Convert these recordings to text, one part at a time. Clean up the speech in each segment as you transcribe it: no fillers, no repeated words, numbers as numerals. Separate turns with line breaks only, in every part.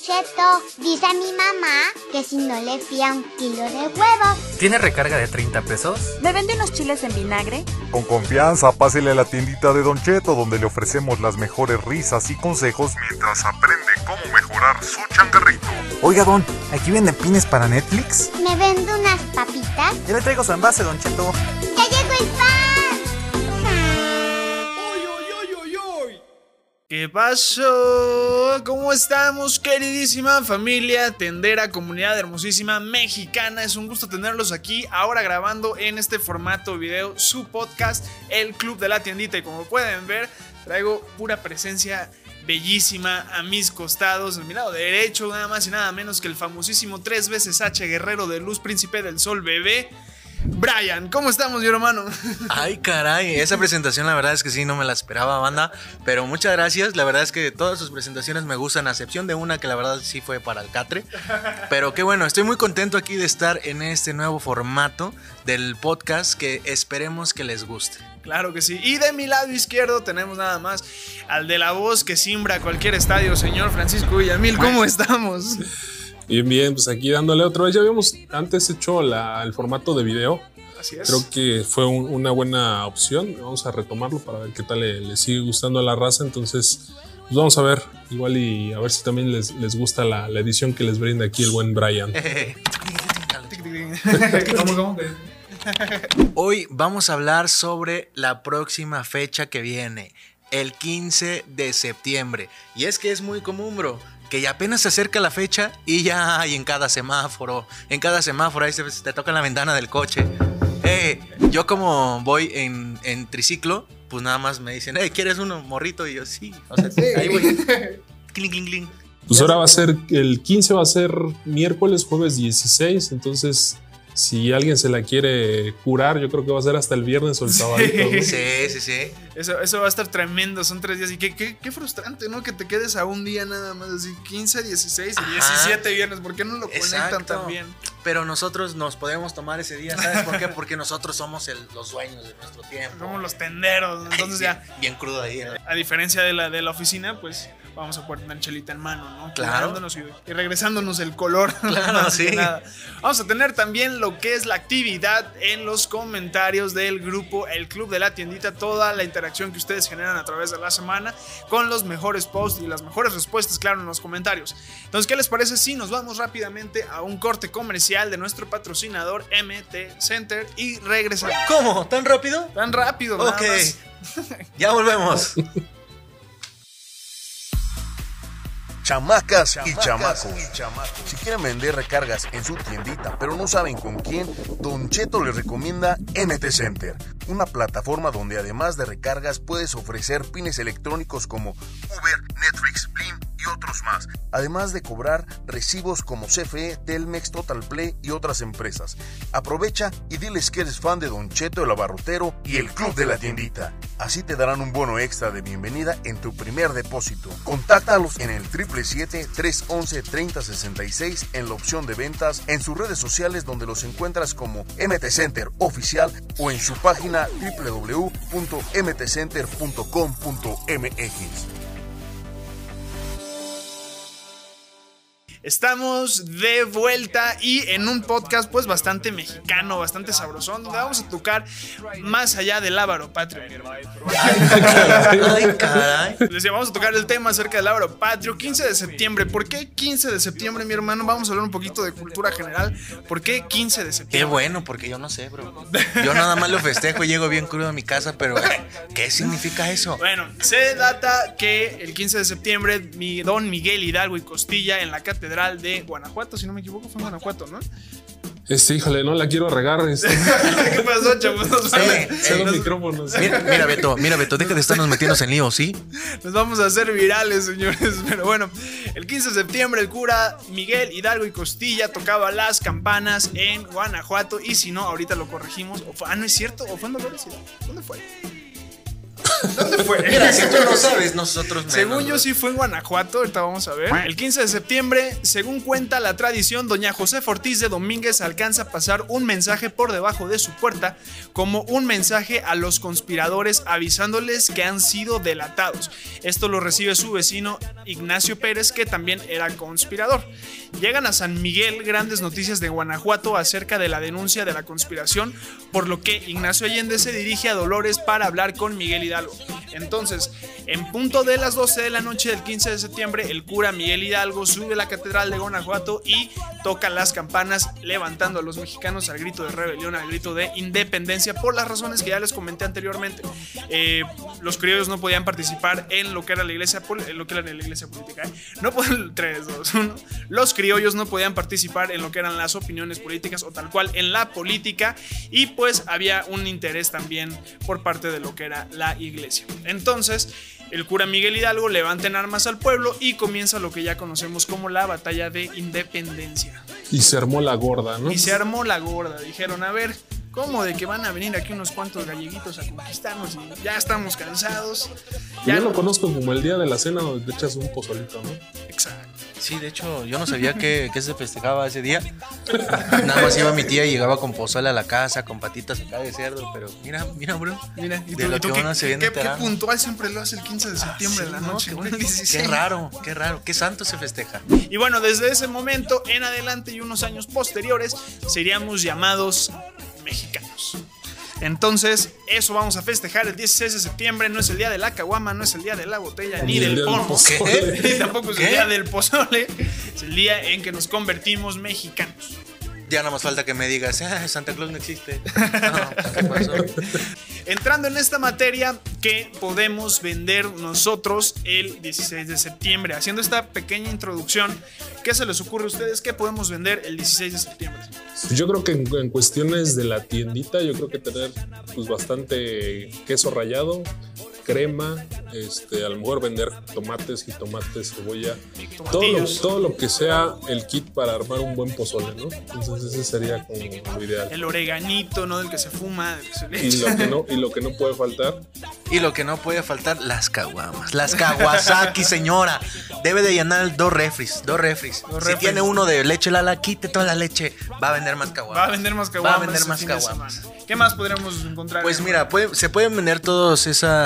Cheto, dice mi mamá que si no le fía 1 kilo de huevos.
¿Tiene recarga de 30 pesos?
¿Me vende unos chiles en vinagre?
Con confianza, pásele a la tiendita de Don Cheto, donde le ofrecemos las mejores risas y consejos mientras aprende cómo mejorar su changarrito.
Oiga, Don, ¿aquí venden pines para Netflix?
¿Me vende unas papitas?
Yo le traigo su envase, Don Cheto.
¡Ya llegó el pan!
¿Qué pasó? ¿Cómo estamos, queridísima familia tendera, comunidad hermosísima mexicana? Es un gusto tenerlos aquí, ahora grabando en este formato video su podcast, El Club de la Tiendita. Y como pueden ver, traigo pura presencia bellísima a mis costados. A mi lado derecho, nada más y nada menos que el famosísimo 3 veces H, guerrero de luz, príncipe del sol, bebé. Brian, ¿cómo estamos, mi hermano?
Ay, caray, esa presentación la verdad es que sí, no me la esperaba, banda. Pero muchas gracias, la verdad es que todas sus presentaciones me gustan, a excepción de una que la verdad sí fue para el catre. Pero qué bueno, estoy muy contento aquí de estar en este nuevo formato del podcast que esperemos que les guste.
Claro que sí. Y de mi lado izquierdo tenemos nada más al de la voz que simbra cualquier estadio, señor Francisco Villamil. ¿Cómo estamos?
Bien, pues aquí dándole otra vez. Ya habíamos antes hecho el formato de video.
Así es.
Creo que fue una buena opción. Vamos a retomarlo para ver qué tal le sigue gustando a la raza. Entonces, pues vamos a ver. Igual y a ver si también les gusta la edición que les brinda aquí el buen Brian.
¿Cómo?
Hoy vamos a hablar sobre la próxima fecha que viene, el 15 de septiembre. Y es que es muy común, bro, que ya apenas se acerca la fecha y ya hay en cada semáforo ahí te toca en la ventana del coche. Yo como voy en triciclo, pues nada más me dicen, ¿quieres uno, morrito? Y yo, sí, o sea, sí. Ahí voy. Cling, cling, cling.
Pues ahora va a ser, el 15 va a ser miércoles, jueves 16, entonces si alguien se la quiere curar, yo creo que va a ser hasta el viernes o el sábado.
Sí.
Eso va a estar tremendo, son 3 días. Y qué frustrante, ¿no? Que te quedes a un día nada más, así 15, 16 y 17 viernes. ¿Por qué no lo conectan tan bien?
Pero nosotros nos podemos tomar ese día, ¿sabes por qué? Porque nosotros somos los dueños de nuestro tiempo.
Somos los tenderos, entonces ya.
Bien crudo ahí.
A diferencia de la oficina, pues vamos a poder tener chelita en mano, ¿no?
Claro.
Y regresándonos el color.
Claro, sí.
Vamos a tener también lo que es la actividad en los comentarios del grupo El Club de la Tiendita, toda la interacción que ustedes generan a través de la semana con los mejores posts y las mejores respuestas, claro, en los comentarios. Entonces, ¿qué les parece si nos vamos rápidamente a un corte comercial de nuestro patrocinador MT Center y regresamos?
¿Cómo? ¿Tan rápido?
Tan rápido,
Ok.
nada más.
Ya volvemos.
Chamacas y chamacos. Si quieren vender recargas en su tiendita, pero no saben con quién, Don Cheto les recomienda MT Center, una plataforma donde además de recargas puedes ofrecer pines electrónicos como Uber, Netflix, Blim y otros más, además de cobrar recibos como CFE, Telmex, Total Play y otras empresas. Aprovecha y diles que eres fan de Don Cheto el Abarrotero y el Club de la Tiendita. Así te darán un bono extra de bienvenida en tu primer depósito. Contáctalos en el 777-311-3066 en la opción de ventas, en sus redes sociales donde los encuentras como MT Center Oficial o en su página www.mtcenter.com.mx.
Estamos de vuelta y en un podcast pues bastante mexicano, bastante sabrosón, donde vamos a tocar más allá del Lábaro Patrio.
Ay, caray.
Decía, vamos a tocar el tema acerca del Lábaro Patrio. 15 de septiembre. ¿Por qué 15 de septiembre, mi hermano? Vamos a hablar un poquito de cultura general. ¿Por qué 15 de septiembre?
Qué bueno, porque yo no sé, bro. Yo nada más lo festejo y llego bien crudo a mi casa, pero ¿qué significa eso?
Bueno, se data que el 15 de septiembre don Miguel Hidalgo y Costilla en la Catedral de Guanajuato, si no me equivoco, fue en Guanajuato, ¿no?
Híjole, no la quiero regar.
¿Qué pasó, chavos?
Cedo micrófonos.
Mira, Beto, deja de estarnos metiéndonos en lío, ¿sí?
Nos vamos a hacer virales, señores. Pero bueno, el 15 de septiembre el cura Miguel Hidalgo y Costilla tocaba las campanas en Guanajuato. Y si no, ahorita lo corregimos. No es cierto, o fue en Dolores Hidalgo. ¿Dónde fue? fue.
Mira, si tú no sabes, nosotros menos.
Según yo sí fue en Guanajuato, ahorita vamos a ver. El 15 de septiembre, según cuenta la tradición, doña Josefa Ortiz de Domínguez alcanza a pasar un mensaje por debajo de su puerta como un mensaje a los conspiradores avisándoles que han sido delatados. Esto lo recibe su vecino Ignacio Pérez, que también era conspirador. Llegan a San Miguel grandes noticias de Guanajuato acerca de la denuncia de la conspiración, por lo que Ignacio Allende se dirige a Dolores para hablar con Miguel Hidalgo. Entonces, en punto de las 12 de la noche del 15 de septiembre, el cura Miguel Hidalgo sube a la catedral de Guanajuato y toca las campanas, levantando a los mexicanos al grito de rebelión, al grito de independencia, por las razones que ya les comenté anteriormente. Los criollos no podían participar en lo que era la iglesia política. No pueden, 3, 2, 1. Los criollos no podían participar en lo que eran las opiniones políticas o tal cual en la política, y pues había un interés también por parte de lo que era la iglesia. Entonces, el cura Miguel Hidalgo levanta en armas al pueblo y comienza lo que ya conocemos como la batalla de independencia.
Y se armó la gorda, ¿no?
Y se armó la gorda. Dijeron, a ver, ¿cómo de que van a venir aquí unos cuantos galleguitos a conquistarnos y ya estamos cansados?
Yo lo conozco como el día de la cena donde te echas un pozolito, ¿no?
Exacto.
Sí, de hecho, yo no sabía que se festejaba ese día. Nada más iba mi tía y llegaba con pozole a la casa, con patitas acá de cerdo. Pero mira, bro.
Mira,
de lo que uno se viene
¿Qué puntual siempre lo hace el 15 de septiembre de la noche?
No, qué raro. ¿Qué santo se festeja?
Y bueno, desde ese momento en adelante y unos años posteriores, seríamos llamados mexicanos. Entonces, eso vamos a festejar el 16 de septiembre. No es el día de la caguama, no es el día de la botella, ni del pomo. ¿Qué? Tampoco es el día del pozole. Es el día en que nos convertimos mexicanos.
Ya nada más falta que me digas, Santa Claus no existe. No, ¿qué pasó?
Entrando en esta materia, ¿qué podemos vender nosotros el 16 de septiembre? Haciendo esta pequeña introducción, ¿qué se les ocurre a ustedes? ¿Qué podemos vender el 16 de septiembre?
Yo creo que en cuestiones de la tiendita, yo creo que tener pues bastante queso rallado, crema, a lo mejor vender tomates, jitomates, cebolla, todo lo que sea el kit para armar un buen pozole, ¿no? Entonces ese sería como lo ideal.
El oreganito, ¿no? Del que se fuma, del que se le
echa. Y lo que no puede faltar.
Y lo que no puede faltar, las caguamas. Las Kawasaki, señora. Debe de llenar dos refris. Si tiene uno de leche Lala, quite toda la leche. Va a vender más caguamas.
Va a vender más caguamas. ¿Qué más podríamos encontrar?
Pues mira, se pueden vender todos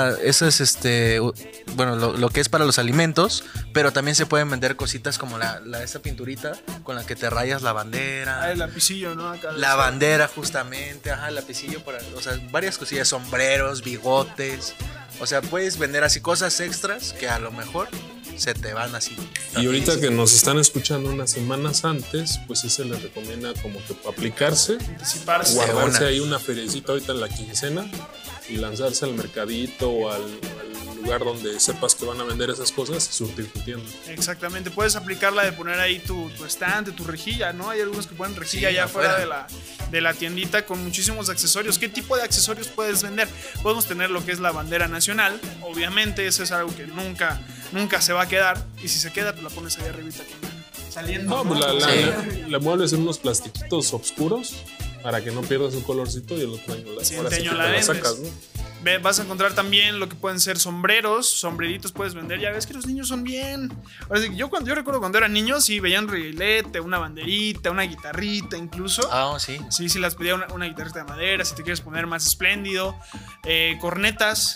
lo que es para los alimentos, pero también se pueden vender cositas como esa pinturita con la que te rayas la bandera.
El lapicillo, ¿no? Acá
la bandera, justamente, el lapicillo varias cosillas, sombreros, bigotes. O sea, puedes vender así cosas extras que a lo mejor se te van así.
Y ahorita que nos están escuchando unas semanas antes, pues sí se les recomienda como que aplicarse,
anticiparse,
guardarse ahí una feriecita ahorita en la quincena y lanzarse al mercadito o al lugar donde sepas que van a vender esas cosas y surtir tu tienda.
Exactamente, puedes aplicarla de poner ahí tu estante, tu rejilla, ¿no? Hay algunos que ponen rejilla allá afuera de la tiendita con muchísimos accesorios. ¿Qué tipo de accesorios puedes vender? Podemos tener lo que es la bandera nacional, obviamente eso es algo que nunca se va a quedar, y si se queda pues la pones ahí arribita saliendo.
No, pues la muebles en unos plastiquitos oscuros para que no pierdas un colorcito y el otro año la sacas, ¿no?
Vas a encontrar también lo que pueden ser sombreritos puedes vender. Ya ves que los niños son bien. Ahora sí, yo recuerdo cuando era niño, sí, veían reguilete, una banderita, una guitarrita incluso.
Sí.
Sí, las pedía una guitarrita de madera, si te quieres poner más espléndido. Cornetas.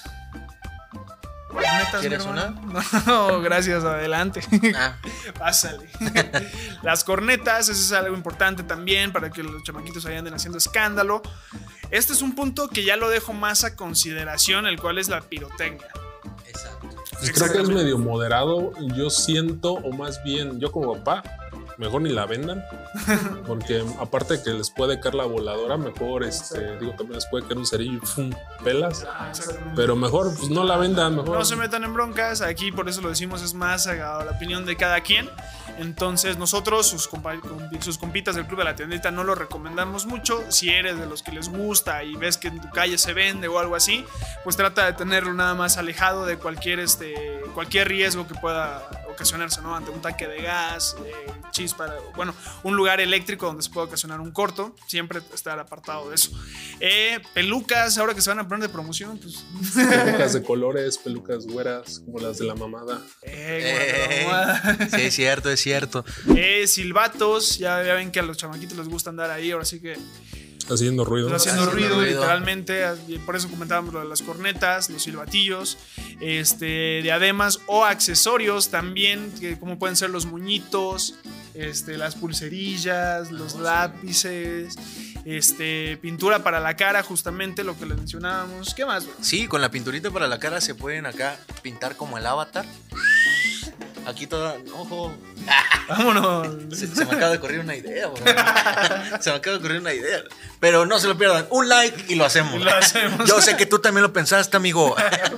¿Quieres una?
No, gracias, adelante. Pásale. Las cornetas, eso es algo importante también para que los chamaquitos ahí anden haciendo escándalo. Este es un punto que ya lo dejo más a consideración, el cual es la pirotecnia.
Exacto.
Pues creo que es medio moderado. Yo siento, o más bien, yo como papá, mejor ni la vendan, porque aparte de que les puede caer la voladora, mejor también les puede caer un cerillo y ¡fum! Pelas. Pero mejor pues no la vendan, mejor.
No se metan en broncas, aquí por eso lo decimos, es más a la opinión de cada quien. Entonces nosotros, sus compitas del Club de la Tiendita, no lo recomendamos mucho. Si eres de los que les gusta y ves que en tu calle se vende o algo así, pues trata de tenerlo nada más alejado de cualquier riesgo que pueda ocasionarse, ¿no? Ante un tanque de gas, chispa, bueno, un lugar eléctrico donde se puede ocasionar un corto, siempre estar apartado de eso. Pelucas, ahora que se van a poner de promoción, pues.
Pelucas de colores, pelucas güeras, como las de la mamada.
Sí, es cierto, es cierto.
Silbatos, ya ven que a los chamaquitos les gusta andar ahí, ahora sí que
Haciendo ruido.
Haciendo ruido, literalmente. Por eso comentábamos lo de las cornetas, los silbatillos, diademas o accesorios también, que como pueden ser los moñitos, las pulserillas, los lápices, pintura para la cara, justamente lo que les mencionábamos. ¿Qué más, bro?
Sí, con la pinturita para la cara se pueden acá pintar como el avatar. Aquí toda. ¡Ojo!
¡Vámonos!
Se me acaba de ocurrir una idea, bro. Se me acaba de ocurrir una idea. Pero no se lo pierdan. Un like y lo hacemos. Yo sé que tú también lo pensaste, amigo.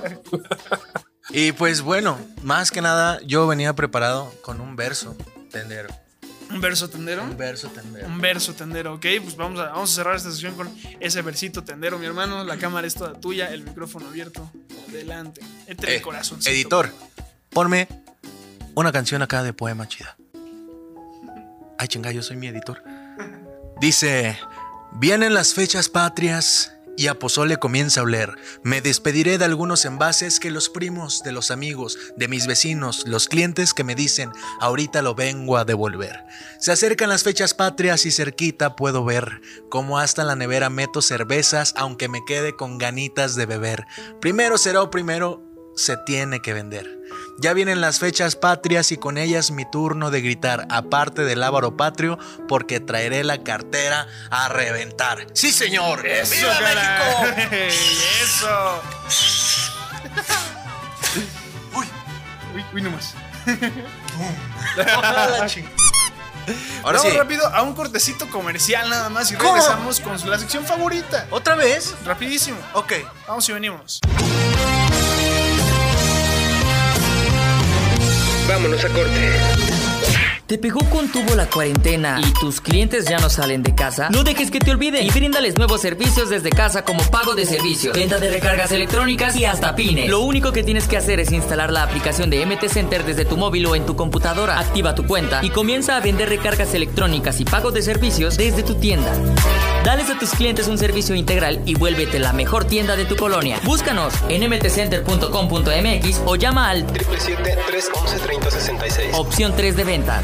Y pues bueno, más que nada, yo venía preparado con un verso tendero.
¿Un verso tendero?
Un verso tendero.
Un verso tendero, ok. Pues vamos a cerrar esta sesión con ese versito tendero, mi hermano. La cámara es toda tuya, el micrófono abierto. Adelante. Entre el corazoncito.
Editor, ponme una canción acá de poema chida. Ay, chinga, yo soy mi editor. Dice: vienen las fechas patrias y a pozole comienza a oler. Me despediré de algunos envases que los primos, de los amigos, de mis vecinos, los clientes que me dicen, ahorita lo vengo a devolver. Se acercan las fechas patrias y cerquita puedo ver cómo hasta en la nevera meto cervezas, aunque me quede con ganitas de beber. Primero será o primero se tiene que vender. Ya vienen las fechas patrias y con ellas mi turno de gritar, aparte del ávaro patrio, porque traeré la cartera a reventar. ¡Sí, señor!
¡Eso,
¡Viva
caray!
México!
¡Eso! Uy, nomás.
Ahora
Vamos
sí.
rápido a un cortecito comercial nada más y regresamos con la sección favorita.
¿Otra vez?
Rapidísimo.
Ok.
Vamos y venimos.
Vámonos a corte. ¿Te pegó con tubo la cuarentena y tus clientes ya no salen de casa? No dejes que te olviden y bríndales nuevos servicios desde casa como pago de servicios, venta de recargas electrónicas y hasta pines. Lo único que tienes que hacer es instalar la aplicación de MT Center desde tu móvil o en tu computadora. Activa tu cuenta y comienza a vender recargas electrónicas y pago de servicios desde tu tienda. Dales a tus clientes un servicio integral y vuélvete la mejor tienda de tu colonia. Búscanos en mtcenter.com.mx o llama al
777-311-3066.
Opción 3 de ventas.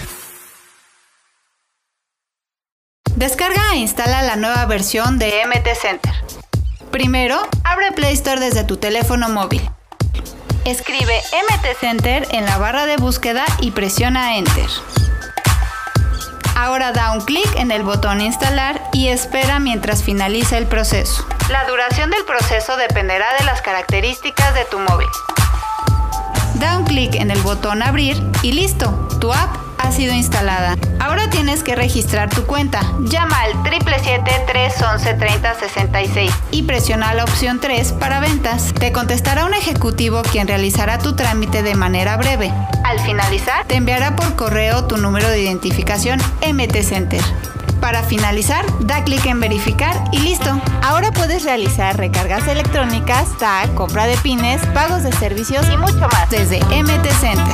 Descarga e instala la nueva versión de MT Center. Primero, abre Play Store desde tu teléfono móvil. Escribe MT Center en la barra de búsqueda y presiona Enter. Ahora da un clic en el botón Instalar y espera mientras finaliza el proceso. La duración del proceso dependerá de las características de tu móvil. Da un clic en el botón Abrir y listo, tu app ha sido instalada. Ahora tienes que registrar tu cuenta. Llama al 777-311-3066 y presiona la opción 3 para ventas. Te contestará un ejecutivo quien realizará tu trámite de manera breve. Al finalizar, te enviará por correo tu número de identificación MT Center. Para finalizar, da clic en verificar y listo. Ahora puedes realizar recargas electrónicas, tag, compra de pines, pagos de servicios y mucho más desde MT Center.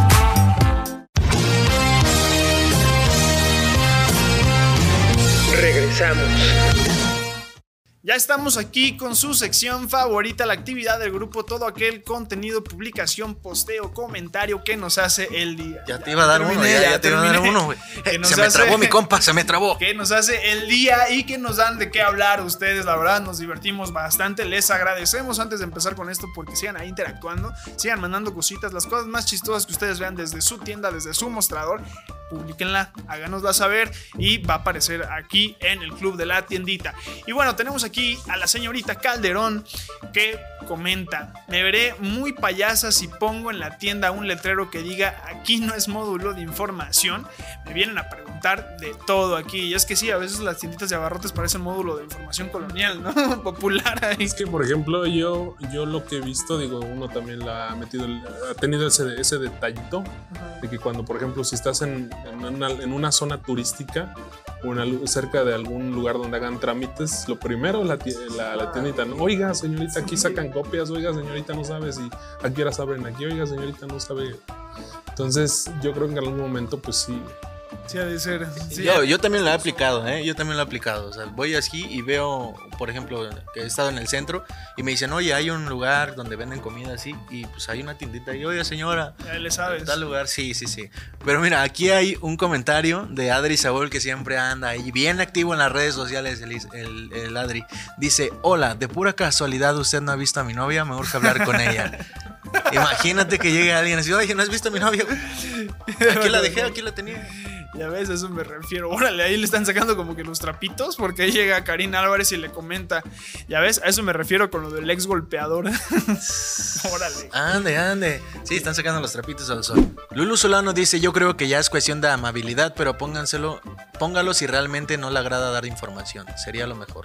Regresamos.
Ya estamos aquí con su sección favorita, la actividad del grupo, todo aquel contenido, publicación, posteo, comentario que nos hace el día.
Ya te iba a dar uno, ya te iba a dar uno, güey. Se me trabó mi compa, se me trabó.
Que nos hace el día y que nos dan de qué hablar ustedes. La verdad, nos divertimos bastante. Les agradecemos antes de empezar con esto porque sigan ahí interactuando, sigan mandando cositas, las cosas más chistosas que ustedes vean desde su tienda, desde su mostrador. Publíquenla, háganosla saber y va a aparecer aquí en el Club de la Tiendita. Y bueno, tenemos aquí a la señorita Calderón que comenta: me veré muy payasa si pongo en la tienda un letrero que diga aquí no es módulo de información. Me vienen a preguntar de todo aquí. Y es que sí, a veces las tienditas de abarrotes parecen módulo de información colonial, ¿no? Popular ahí.
Es que, por ejemplo, yo lo que he visto, digo, uno también la ha metido, ha tenido ese detallito de que cuando, por ejemplo, si estás en una zona turística o cerca de algún lugar donde hagan trámites, lo primero la tiendita, ¿no? Oiga, señorita, aquí sacan copias. Oiga, señorita, no sabe si a qué horas abren aquí. Oiga, señorita, no sabe Entonces, yo creo que en algún momento, pues sí.
Sí, ha de ser. Sí,
Yo también lo he aplicado, Yo también lo he aplicado. O sea, voy así y veo, por ejemplo, que he estado en el centro y me dicen, oye, hay un lugar donde venden comida así y pues hay una tiendita y, oye, señora,
ya le sabes.
tal lugar, sí. Pero mira, aquí hay un comentario de Adri Saúl que siempre anda ahí bien activo en las redes sociales, el Adri. Dice, hola, de pura casualidad usted no ha visto a mi novia, me urge hablar con ella. Imagínate que llegue alguien así, oye, ¿no has visto a mi novia? Aquí la dejé, aquí la tenía.
Ya ves, a eso me refiero. Órale, ahí le están sacando como que los trapitos, porque ahí llega Karina Álvarez y le comenta. Ya ves, a eso me refiero con lo del ex golpeador. Órale.
Ande. Sí, están sacando los trapitos al sol. Lulu Solano dice, yo creo que ya es cuestión de amabilidad, pero póngalo si realmente no le agrada dar información. Sería lo mejor.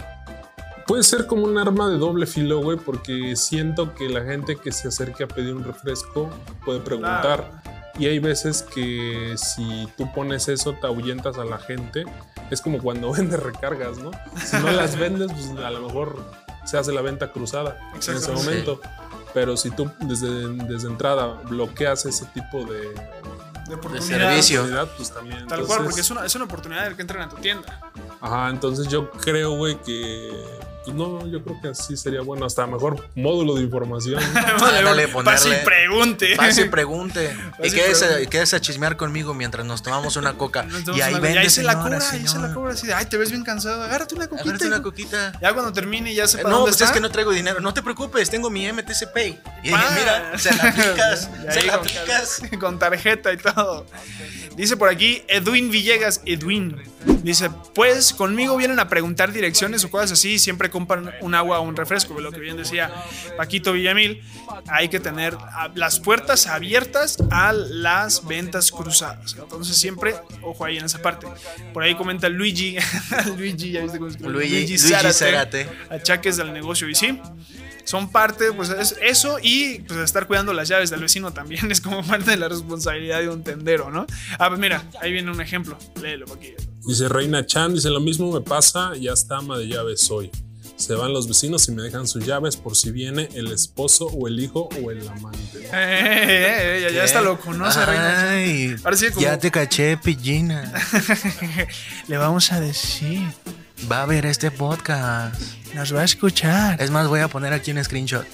Puede ser como un arma de doble filo, güey, porque siento que la gente que se acerque a pedir un refresco puede preguntar. Claro. Y hay veces que si tú pones eso, te ahuyentas a la gente. Es como cuando vendes recargas, ¿no? Si no las vendes, pues a lo mejor se hace la venta cruzada en ese momento. Sí. Pero si tú desde entrada bloqueas ese tipo de
servicio,
pues también.
Tal cual, porque es una oportunidad de que entren a tu tienda.
Ajá, entonces yo creo, güey, que... Pues no, yo creo que así sería bueno. Hasta mejor módulo de información.
Dale,
pase y pregunte.
Pase y pregunte. Y quédese a chismear conmigo mientras nos tomamos una coca. Y ahí vende,
ahí se la cobra así de, ay, te ves bien cansado. Agárrate una coquita. Ya cuando termine ya sepa dónde está.
Es que no traigo dinero. No te preocupes, tengo mi MTC Pay. Y mira, se la aplicas.
Con tarjeta y todo. Dice por aquí Edwin Villegas. Dice, pues conmigo vienen a preguntar direcciones o cosas así. Siempre compran un agua o un refresco. Lo que bien decía Paquito Villamil, hay que tener las puertas abiertas a las ventas cruzadas. Entonces siempre, ojo ahí en esa parte. Por ahí comenta Luigi, ya viste cómo es que
Luigi Zárate.
Achaques del negocio. Y sí, son parte, pues es eso, y pues estar cuidando las llaves del vecino también es como parte de la responsabilidad de un tendero, ¿no? Pues mira, ahí viene un ejemplo. Léelo, Paquito.
Dice Reina Chan, dice, lo mismo me pasa, ya está ama de llaves soy. Se van los vecinos y me dejan sus llaves por si viene el esposo o el hijo o el amante.
Ya está lo conoce, Reina.
Ay, ahora sí, como... Ya te caché, pillina.
Le vamos a decir.
Va a ver este podcast.
Nos va a escuchar.
Es más, voy a poner aquí un screenshot.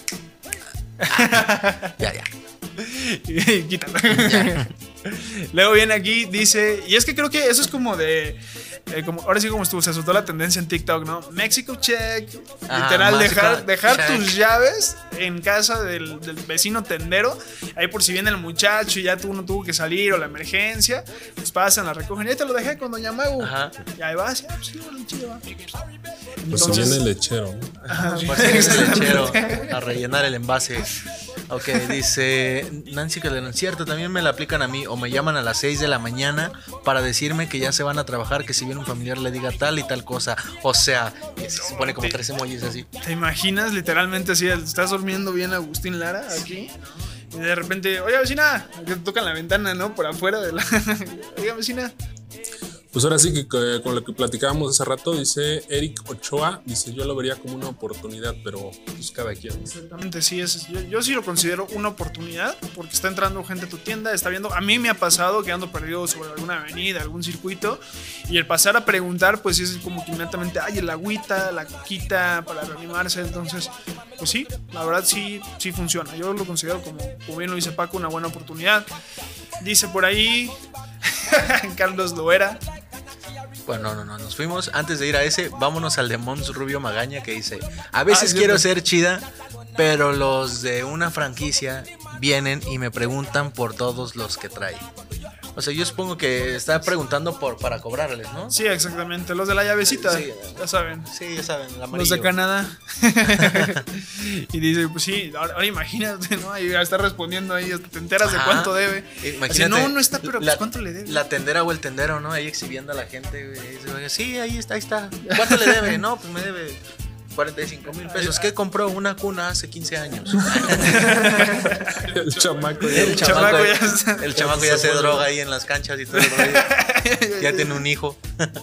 Ya.
Quítalo. Ya. Luego viene aquí, dice, y es que creo que eso es como de, ahora sí como estuvo, se soltó la tendencia en TikTok, ¿no? Mexico check, literal, dejar tus llaves en casa del vecino tendero, ahí por si viene el muchacho y ya uno tuvo que salir o la emergencia, pues pasan, la recogen, ya te lo dejé con Doña Magu. Ajá. Y ahí vas, pues sí, chido.
Pues si viene el lechero, ¿no?
Pues si viene el lechero a rellenar el envase. Ok, dice Nancy Calderón, cierto, también me la aplican a mí o me llaman a las 6 de la mañana para decirme que ya se van a trabajar, que si viene un familiar le diga tal y tal cosa. O sea, se pone como 3 emojis así.
¿Te imaginas literalmente así? Estás durmiendo bien Agustín Lara aquí y de repente, oye vecina, que te tocan la ventana, ¿no? Por afuera de la... Oiga vecina.
Pues ahora sí que con lo que platicábamos hace rato, dice Eric Ochoa, dice, yo lo vería como una oportunidad, pero pues cada quien.
Exactamente, sí, yo sí lo considero una oportunidad, porque está entrando gente a tu tienda, está viendo, a mí me ha pasado que ando perdido sobre alguna avenida, algún circuito, y el pasar a preguntar, pues es como que inmediatamente, ay, el agüita, la coquita para reanimarse, entonces, pues sí, la verdad sí funciona, yo lo considero como bien lo dice Paco, una buena oportunidad. Dice por ahí Carlos Loera.
Bueno, no, nos fuimos. Antes de ir a ese, vámonos al de Mons Rubio Magaña, que dice, a veces quiero ser chida, pero los de una franquicia vienen y me preguntan por todos los que trae. O sea, yo supongo que está preguntando para cobrarles, ¿no?
Sí, exactamente. Los de la llavecita,
sí,
ya saben.
Sí, ya saben, el amarillo.
Los de Canadá. Y dice, pues sí, ahora imagínate, ¿no? Ahí está respondiendo ahí, te enteras de cuánto debe.
Imagínate.
Así, no está, pero pues ¿cuánto le debe?
La tendera o el tendero, ¿no? Ahí exhibiendo a la gente, güey. Sí, ahí está. ¿Cuánto le debe? No, pues me debe 45,000 pesos. ¿Qué compró? Una cuna hace 15 años.
El chamaco
ya se droga ahí en las canchas y todo. Ya tiene un hijo.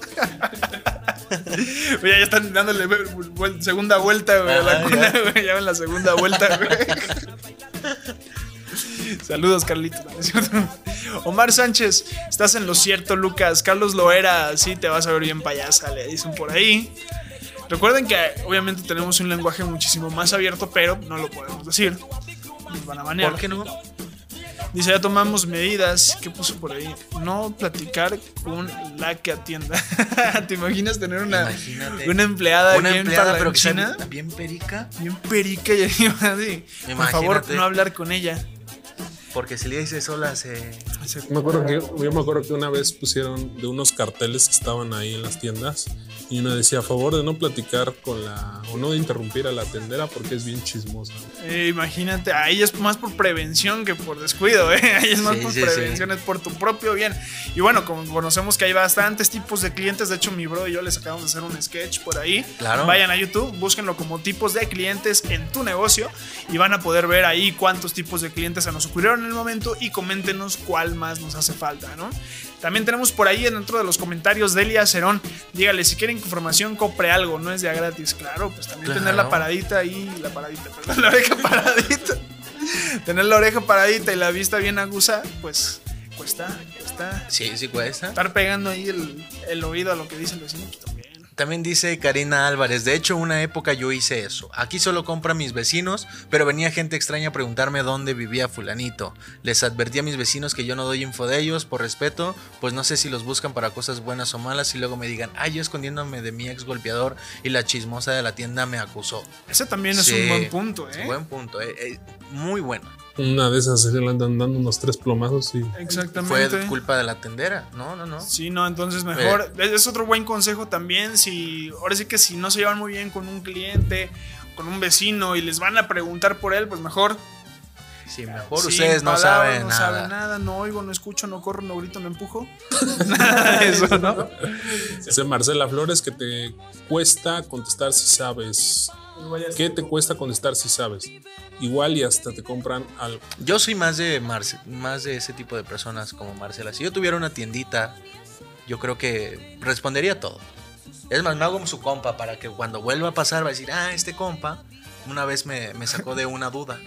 Oye, ya están dándole segunda vuelta, güey, a la cuna, güey. Ya en la segunda vuelta, güey. Saludos, Carlitos. ¿No es cierto? Omar Sánchez, estás en lo cierto, Lucas. Carlos Loera, sí, te vas a ver bien payasa, le dicen por ahí. Recuerden que obviamente tenemos un lenguaje muchísimo más abierto, pero no lo podemos decir. Nos van a banear.
¿Por qué no?
Dice, ya tomamos medidas. ¿Qué puso por ahí? No platicar con la que atienda. ¿Te imaginas tener una empleada bien parlanchina?
Bien perica.
Bien perica y ahí va así. Por favor, no hablar con ella.
Porque si le dices sola
yo me acuerdo que una vez pusieron de unos carteles que estaban ahí en las tiendas y uno decía a favor de no platicar o no de interrumpir a la tendera porque es bien chismosa.
Imagínate, ahí es más por prevención que por descuido, ahí es más por prevención, es por tu propio bien. Y bueno, como conocemos que hay bastantes tipos de clientes, de hecho mi bro y yo les acabamos de hacer un sketch por ahí.
Claro.
Vayan a YouTube, búsquenlo como tipos de clientes en tu negocio y van a poder ver ahí cuántos tipos de clientes se nos ocurrieron en el momento y coméntenos cuál más nos hace falta, ¿no? También tenemos por ahí dentro de los comentarios Delia Cerón, dígale, si quieren información, compre algo, no es de a gratis. Claro, pues también tener la paradita ahí, la oreja paradita. Tener la oreja paradita y la vista bien aguza, pues cuesta.
Sí cuesta.
Estar pegando ahí el oído a lo que dice el vecino, pues también.
También dice Karina Álvarez, de hecho una época yo hice eso. Aquí solo compran mis vecinos, pero venía gente extraña a preguntarme dónde vivía fulanito. Les advertí a mis vecinos que yo no doy info de ellos por respeto, pues no sé si los buscan para cosas buenas o malas y luego me digan, yo escondiéndome de mi ex golpeador y la chismosa de la tienda me acusó.
Ese también es un buen punto,
Buen punto, muy bueno.
Una de esas se le andan dando unos 3 plomazos y...
Exactamente.
Fue culpa de la tendera. No.
Sí, no, entonces mejor. Es otro buen consejo también. Ahora sí que si no se llevan muy bien con un cliente, con un vecino y les van a preguntar por él, pues mejor.
Sí, mejor ustedes no saben nada.
No saben nada, no oigo, no escucho, no corro, no grito, no empujo. Nada de eso, ¿no?
Dice Marcela Flores que te cuesta contestar si sabes. ¿Qué te cuesta contestar si sabes? Igual y hasta te compran algo.
Yo soy más de ese tipo de personas como Marcela. Si yo tuviera una tiendita, yo creo que respondería todo. Es más, me hago como su compa para que cuando vuelva a pasar va a decir, este compa una vez me sacó de una duda.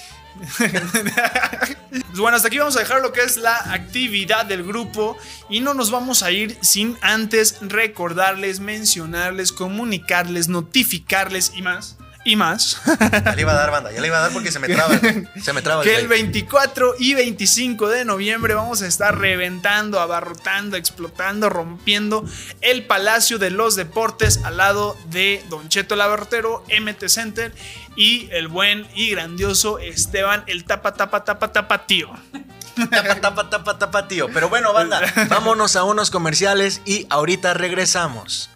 Bueno, hasta aquí vamos a dejar lo que es la actividad del grupo y no nos vamos a ir sin antes recordarles, mencionarles, comunicarles, notificarles y más.
Ya le iba a dar, banda, porque se me traba.
Que el 24 y 25 de noviembre vamos a estar reventando, abarrotando, explotando, rompiendo el Palacio de los Deportes al lado de Don Cheto el Abarrotero, MT Center y el buen y grandioso Esteban el tapa tío.
Tapa tío. Pero bueno, banda, vámonos a unos comerciales y ahorita regresamos.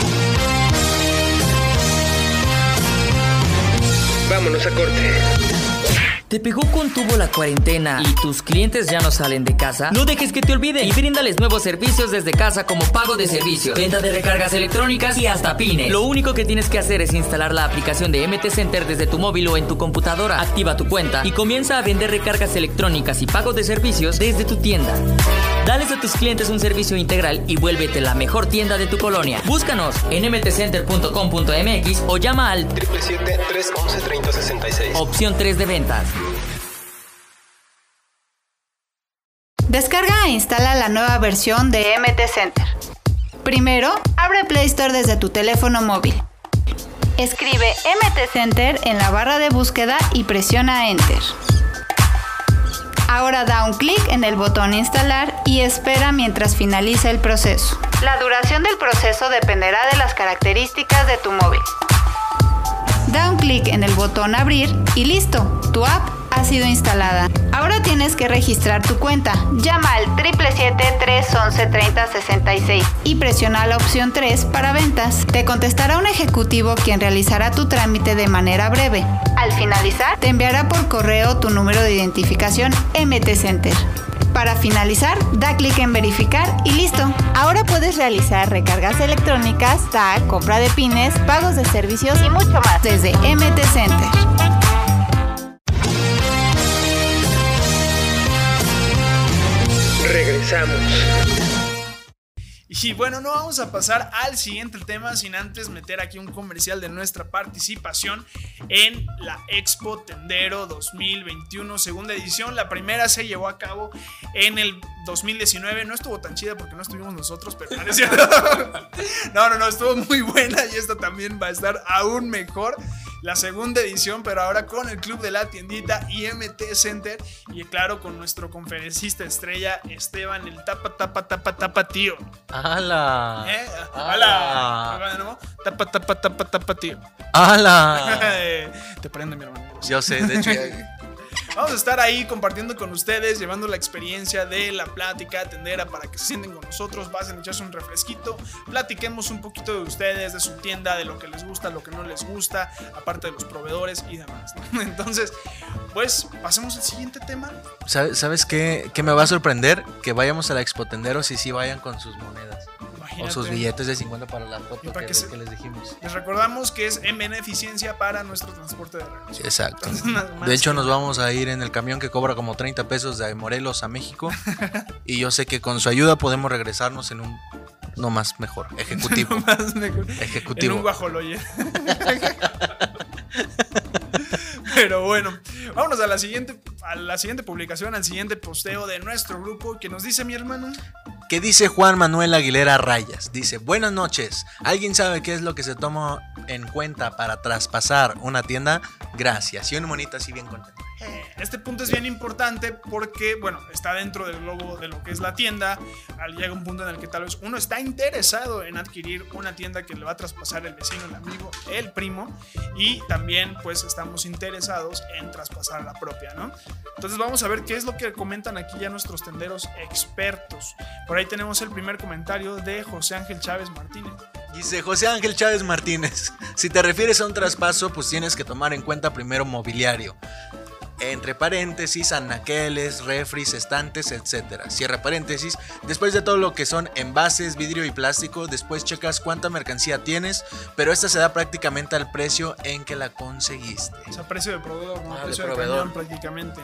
Vámonos a corte.
¿Te pegó con tubo la cuarentena y tus clientes ya no salen de casa? No dejes que te olviden y bríndales nuevos servicios desde casa como pago de servicios, venta de recargas electrónicas y hasta pines. Lo único que tienes que hacer es instalar la aplicación de MT Center desde tu móvil o en tu computadora. Activa tu cuenta y comienza a vender recargas electrónicas y pagos de servicios desde tu tienda. Dales a tus clientes un servicio integral y vuélvete la mejor tienda de tu colonia. Búscanos en mtcenter.com.mx o llama al
777-311-3066.
Opción 3 de ventas.
Descarga e instala la nueva versión de MT Center. Primero, abre Play Store desde tu teléfono móvil. Escribe MT Center en la barra de búsqueda y presiona Enter. Ahora da un clic en el botón Instalar y espera mientras finaliza el proceso. La duración del proceso dependerá de las características de tu móvil. Da un clic en el botón Abrir y listo, tu app ha sido instalada. Ahora tienes que registrar tu cuenta. Llama al 777-311-3066 y presiona la opción 3 para ventas. Te contestará un ejecutivo quien realizará tu trámite de manera breve. Al finalizar, te enviará por correo tu número de identificación MT Center. Para finalizar, da clic en verificar y listo. Ahora puedes realizar recargas electrónicas, tag, compra de pines, pagos de servicios y mucho más desde MT Center.
Regresamos.
Y bueno, no vamos a pasar al siguiente tema sin antes meter aquí un comercial de nuestra participación en la Expo Tendero 2021, segunda edición. La primera se llevó a cabo en el 2019. No estuvo tan chida porque no estuvimos nosotros, pero no es cierto. No, estuvo muy buena y esta también va a estar aún mejor. La segunda edición, pero ahora con el Club de la Tiendita y MT Center. Y claro, con nuestro conferencista estrella, Esteban, el tapa tío.
¡Hala!
¡Hala! Tapa tío.
¡Hala!
Te prende, mi hermano.
Yo sé, de hecho.
Vamos a estar ahí compartiendo con ustedes, llevando la experiencia de la plática tendera para que se sienten con nosotros, vayan a echarse un refresquito, platiquemos un poquito de ustedes, de su tienda, de lo que les gusta, lo que no les gusta, aparte de los proveedores y demás, ¿no? Entonces, pues, pasemos al siguiente tema.
¿Sabes qué me va a sorprender? Que vayamos a la Expo Tenderos y sí vayan con sus monedas. Imagínate. O sus billetes de 50 para la foto que les dijimos.
Les recordamos que es en beneficencia para nuestro transporte de regreso.
Exacto. De hecho, nos vamos a ir en el camión que cobra como 30 pesos de Morelos a México. Y yo sé que con su ayuda podemos regresarnos en un mejor, ejecutivo. Ejecutivo.
En un guajoloye. Pero bueno, vámonos a la siguiente publicación, al siguiente posteo de nuestro grupo. ¿Qué nos dice mi hermano?
¿Qué dice Juan Manuel Aguilera Rayas? Dice: buenas noches, ¿alguien sabe qué es lo que se toma en cuenta para traspasar una tienda? Gracias. Y un monito así bien contento.
Este punto es bien importante porque, bueno, está dentro del globo de lo que es la tienda. Llega un punto en el que tal vez uno está interesado en adquirir una tienda que le va a traspasar el vecino, el amigo, el primo, y también pues estamos interesados en traspasar la propia, ¿no? Entonces vamos a ver qué es lo que comentan aquí ya nuestros tenderos expertos. Por ahí tenemos el primer comentario de José Ángel Chávez Martínez.
Dice José Ángel Chávez Martínez: si te refieres a un traspaso, pues tienes que tomar en cuenta primero mobiliario. Entre paréntesis, anaqueles, refris, estantes, etc. Cierra paréntesis. Después de todo lo que son envases, vidrio y plástico, después checas cuánta mercancía tienes, pero esta se da prácticamente al precio en que la conseguiste.
O sea, precio de proveedor, ¿no? Precio
de proveedor.
Camión, prácticamente.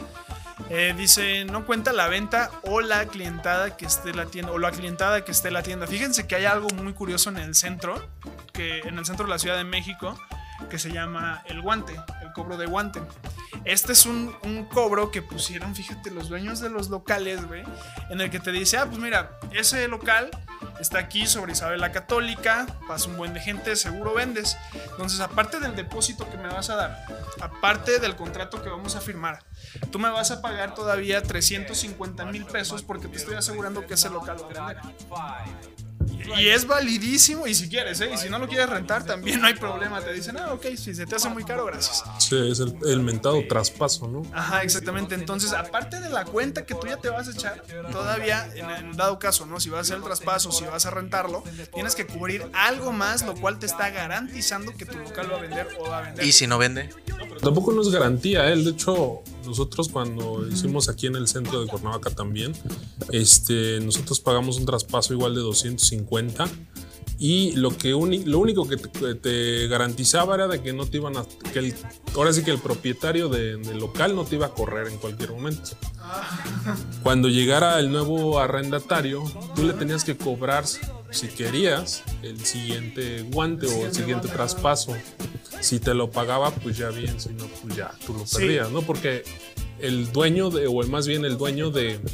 Dice: no cuenta la venta o la clientada que esté la tienda, o la clientada que esté la tienda. Fíjense que hay algo muy curioso en el centro, de la Ciudad de México, que se llama el guante, el cobro de guante. Este es un cobro que pusieron, fíjate, los dueños de los locales, güey, en el que te dice: pues mira, ese local está aquí sobre Isabel la Católica, pasa un buen de gente, seguro vendes. Entonces, aparte del depósito que me vas a dar, aparte del contrato que vamos a firmar, tú me vas a pagar todavía 350,000 pesos porque te estoy asegurando que ese local va a vender. Y es validísimo, y si quieres, y si no lo quieres rentar también no hay problema. Te dicen: ok, si se te hace muy caro, gracias.
Sí, es el mentado traspaso, ¿no?
Ajá, exactamente. Entonces, aparte de la cuenta que tú ya te vas a echar, todavía en dado caso, ¿no? Si vas a hacer el traspaso, si vas a rentarlo, tienes que cubrir algo más, lo cual te está garantizando que tu local va a vender o va a vender.
¿Y si no vende?
Pero tampoco no es garantía, De hecho, nosotros cuando hicimos aquí en el centro de Cuernavaca también, nosotros pagamos un traspaso igual de 250, y lo único que te garantizaba era de que no te iban a, ahora sí que el propietario del local no te iba a correr en cualquier momento. Cuando llegara el nuevo arrendatario, tú le tenías que cobrar, si querías, el siguiente guante o el siguiente traspaso. Si te lo pagaba, pues ya bien, si no, pues ya tú lo perdías, ¿no? Porque el dueño el dueño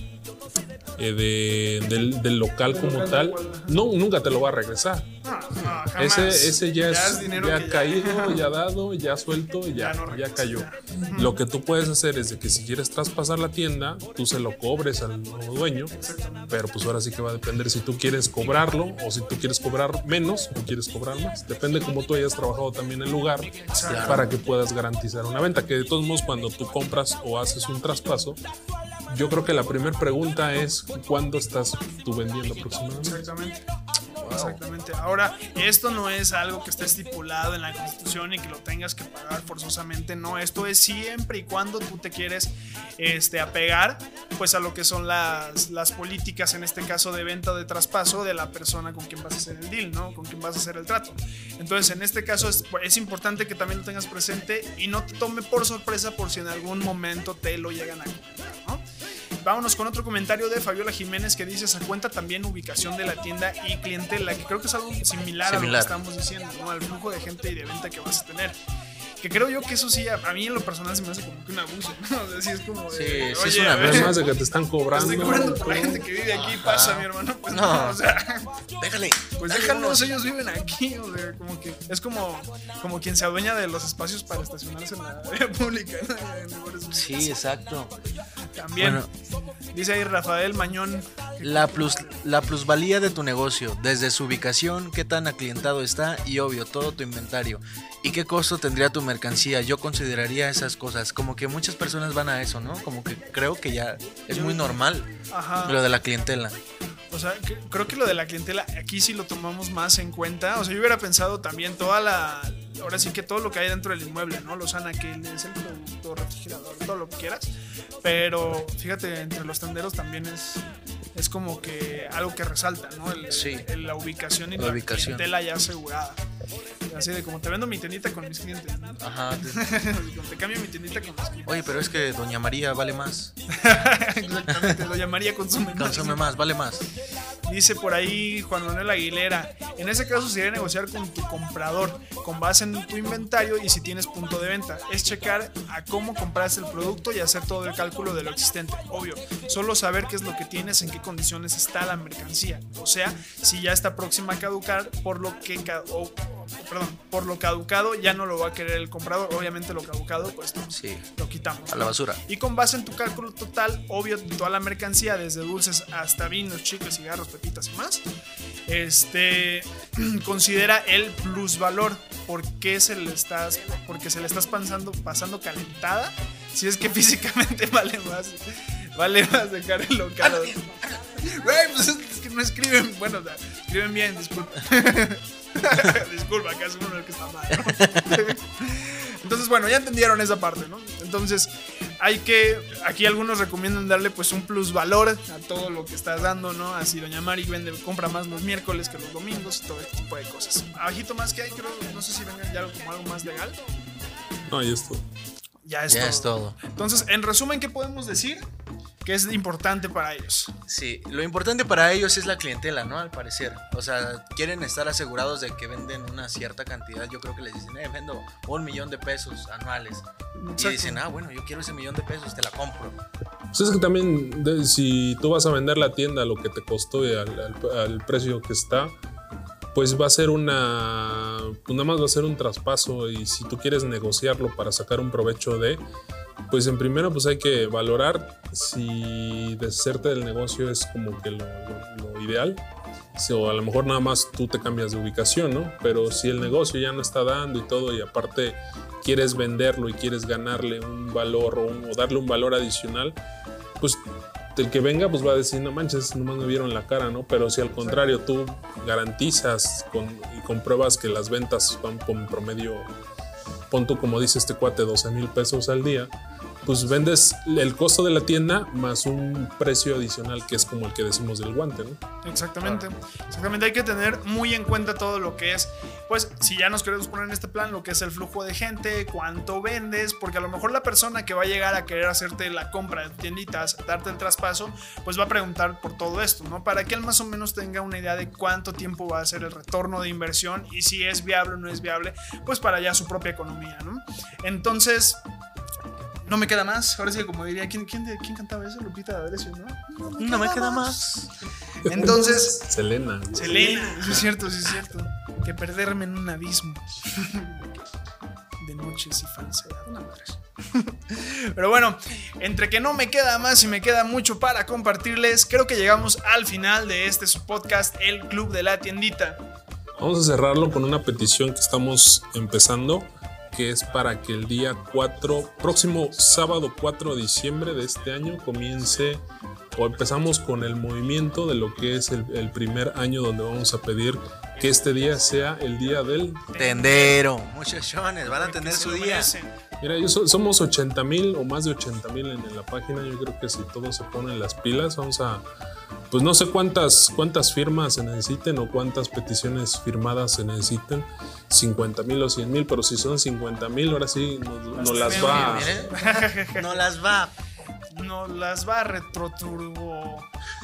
del local como tal, nunca te lo va a regresar. Ese ya ha caído, ya dado, ya suelto, ya cayó. Lo que tú puedes hacer es de que si quieres traspasar la tienda, tú se lo cobres al nuevo dueño, pero pues ahora sí que va a depender si tú quieres cobrarlo o si tú quieres cobrar menos o quieres cobrar más. Depende cómo tú hayas trabajado también el lugar para que puedas garantizar una venta. Que de todos modos, cuando tú compras o haces un traspaso, yo creo que la primera pregunta es: ¿cuándo estás tú vendiendo aproximadamente?
Exactamente. Exactamente. Ahora, esto no es algo que esté estipulado en la Constitución y que lo tengas que pagar forzosamente, no. Esto es siempre y cuando tú te quieres apegar pues a lo que son las políticas, en este caso de venta o de traspaso, de la persona con quien vas a hacer el deal, ¿no? Con quien vas a hacer el trato. Entonces, en este caso es importante que también lo tengas presente y no te tome por sorpresa por si en algún momento te lo llegan a comprar, ¿no? vámonos con otro comentario de Fabiola Jiménez que dice: se cuenta también ubicación de la tienda y clientela, que creo que es algo similar a lo que estamos diciendo, ¿no? Al flujo de gente y de venta que vas a tener. Que creo yo que eso sí, a mí en lo personal se me hace como que un abuso, ¿no? O sea, sí es como de,
sí, es una vez más de que te están cobrando.
Estoy cobrando por la gente que vive aquí, pasa, mi hermano. Pues no, o sea,
déjale.
Pues déjalos, ellos viven aquí, o sea, como que es como quien se adueña de los espacios para estacionarse en la vía pública, ¿no?
Sí, exacto.
También, bueno, dice ahí Rafael Mañón.
La plusvalía de tu negocio, desde su ubicación, qué tan aclientado está y obvio, todo tu inventario. ¿Y qué costo tendría tu mercancía? Yo consideraría esas cosas. Como que muchas personas van a eso, ¿no? Como que creo que ya es muy normal. Ajá. Lo de la clientela.
O sea, creo que lo de la clientela aquí sí lo tomamos más en cuenta. O sea, yo hubiera pensado también ahora sí que todo lo que hay dentro del inmueble, ¿no? Los anaqueles, el producto, refrigerador, todo lo que quieras. Pero fíjate, entre los tenderos también es como que algo que resalta, ¿no? La ubicación y la clientela ya asegurada. Así de como te vendo mi tiendita con mis clientes, ¿no?
Ajá.
Te cambio mi tiendita con mis clientes.
Oye, pero es que Doña María vale más.
Exactamente, Doña María consume
más, vale más.
Dice por ahí Juan Manuel Aguilera: en ese caso sería negociar con tu comprador con base en tu inventario y si tienes punto de venta. Es checar a cómo compraste el producto y hacer todo el cálculo de lo existente. Obvio, solo saber qué es lo que tienes, en qué condiciones está la mercancía. O sea, si ya está próxima a caducar, por lo caducado ya no lo va a querer el comprador. Obviamente lo caducado pues lo quitamos,
a la basura.
Y con base en tu cálculo total, obvio, toda la mercancía, desde dulces hasta vinos, chicles, cigarros, pepitas y más, considera el plusvalor. Porque se le estás pasando calentada, si es que físicamente vale más dejar el local. Güey, pues es que no escriben, bueno, o sea, escriben bien, disculpa. Disculpa, que es uno el que está mal, ¿no? Entonces, bueno, ya entendieron esa parte, ¿no? Entonces, aquí algunos recomiendan darle pues un plusvalor a todo lo que estás dando, ¿no? Así Doña Mari compra más los miércoles que los domingos y todo este tipo de cosas. Abajito más que hay, creo, no sé si vengan ya como algo más legal.
No, ya es todo.
Ya es todo. Entonces, en resumen, ¿qué podemos decir? Que es importante para ellos.
Sí, lo importante para ellos es la clientela, ¿no? Al parecer. O sea, quieren estar asegurados de que venden una cierta cantidad. Yo creo que les dicen, vendo $1,000,000 anuales. Exacto. Y dicen, bueno, yo quiero ese $1,000,000, te la compro.
Pues es que también, si tú vas a vender la tienda a lo que te costó y al precio que está, pues va a ser nada más va a ser un traspaso. Y si tú quieres negociarlo para sacar un provecho pues en primero pues hay que valorar si deshacerte del negocio es como que lo ideal, o a lo mejor nada más tú te cambias de ubicación, ¿no? Pero si el negocio ya no está dando y todo, y aparte quieres venderlo y quieres ganarle un valor o darle un valor adicional, pues el que venga pues va a decir, no manches, nomás me vieron la cara, ¿no? Pero si al contrario tú garantizas y compruebas que las ventas van con promedio, pon tú, como dice este cuate, $12,000 al día, pues vendes el costo de la tienda más un precio adicional que es como el que decimos del guante, ¿no?
Exactamente. Hay que tener muy en cuenta todo lo que es, pues si ya nos queremos poner en este plan, lo que es el flujo de gente, cuánto vendes, porque a lo mejor la persona que va a llegar a querer hacerte la compra de tienditas, darte el traspaso, pues va a preguntar por todo esto, ¿no? Para que él más o menos tenga una idea de cuánto tiempo va a ser el retorno de inversión y si es viable o no es viable, pues para ya su propia economía, ¿no? Entonces, no me queda más. Ahora sí, como diría, ¿quién cantaba eso? Lupita D'Alessio, ¿no?
No me queda más.
Entonces,
Selena,
sí es cierto. Que perderme en un abismo de noches y falsedad. Una madre. Pero bueno, entre que no me queda más y me queda mucho para compartirles, creo que llegamos al final de su podcast, El Club de la Tiendita.
Vamos a cerrarlo con una petición que estamos empezando, que es para que el día próximo sábado 4 de diciembre de este año empezamos con el movimiento de lo que es el primer año, donde vamos a pedir que este día sea el día del
tendero. Muchachones, van a tener su día.
Mira, somos 80,000 o más de 80,000 en la página. Yo creo que si todos se ponen las pilas, vamos a... Pues no sé cuántas firmas se necesiten o cuántas peticiones firmadas se necesiten, 50,000 o 100,000, pero si son 50,000, ahora sí nos las va.
No las va.
nos las va a retroturbo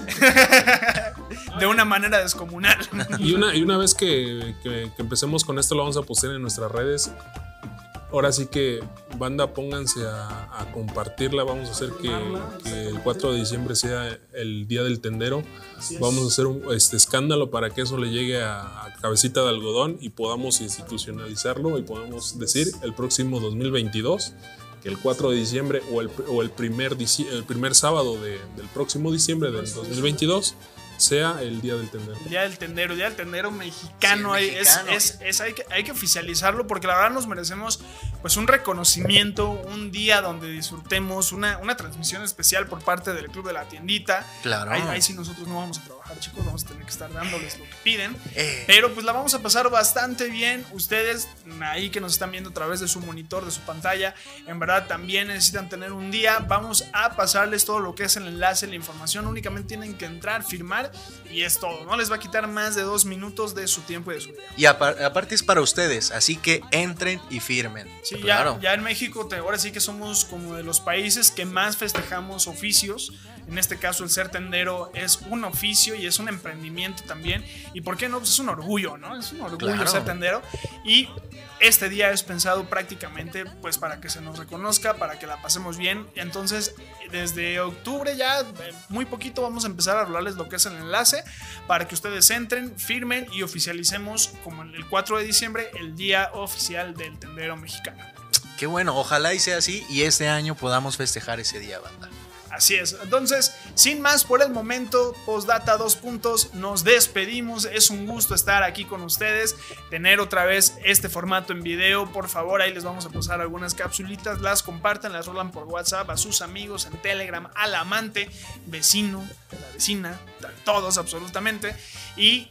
de una manera descomunal.
Y una vez que empecemos con esto, lo vamos a postear en nuestras redes. Ahora sí que, banda, pónganse a compartirla. Vamos a hacer que el 4 de diciembre sea el Día del Tendero. Vamos a hacer un escándalo para que eso le llegue a Cabecita de Algodón y podamos institucionalizarlo y podamos decir el próximo 2022 que el 4 de diciembre o el primer sábado del próximo diciembre del 2022 sea el Día del Tendero.
El Día del Tendero mexicano. Sí, mexicano. Hay que oficializarlo porque la verdad nos merecemos pues un reconocimiento, un día donde disfrutemos una transmisión especial por parte del Club de la Tiendita.
Claro.
Ahí sí nosotros no vamos a trabajar, chicos, vamos a tener que estar dándoles lo que piden. Pero pues la vamos a pasar bastante bien. Ustedes ahí que nos están viendo a través de su monitor, de su pantalla, en verdad también necesitan tener un día. Vamos a pasarles todo lo que es el enlace, la información. Únicamente tienen que entrar, firmar y es todo. No les va a quitar más de 2 minutos de su tiempo y de su día.
Y aparte es para ustedes, así que entren y firmen.
Sí,
claro.
ya en México ahora sí que somos como de los países que más festejamos oficios. En este caso el ser tendero es un oficio y es un emprendimiento también. Y por qué no, pues es un orgullo, ¿no? Es un orgullo ser tendero. Y este día es pensado prácticamente pues para que se nos reconozca, para que la pasemos bien. Entonces desde octubre ya muy poquito vamos a empezar a hablarles lo que es el enlace para que ustedes entren, firmen y oficialicemos como el 4 de diciembre el día oficial del tendero mexicano.
Qué bueno, ojalá y sea así y este año podamos festejar ese día, banda.
Así es, entonces, sin más por el momento, Postdata 2 puntos, nos despedimos, es un gusto estar aquí con ustedes, tener otra vez este formato en video, por favor, ahí les vamos a pasar algunas capsulitas, las compartan, las rolan por WhatsApp a sus amigos, en Telegram, al amante, vecino, la vecina, a todos absolutamente, y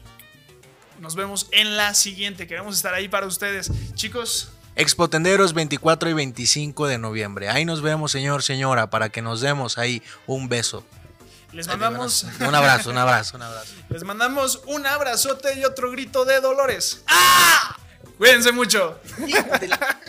nos vemos en la siguiente, queremos estar ahí para ustedes, chicos.
Expo Tenderos 24 y 25 de noviembre. Ahí nos vemos, señor, señora, para que nos demos ahí un beso.
Les mandamos
un abrazo.
Les mandamos un abrazote y otro grito de dolores. ¡Ah! Cuídense mucho.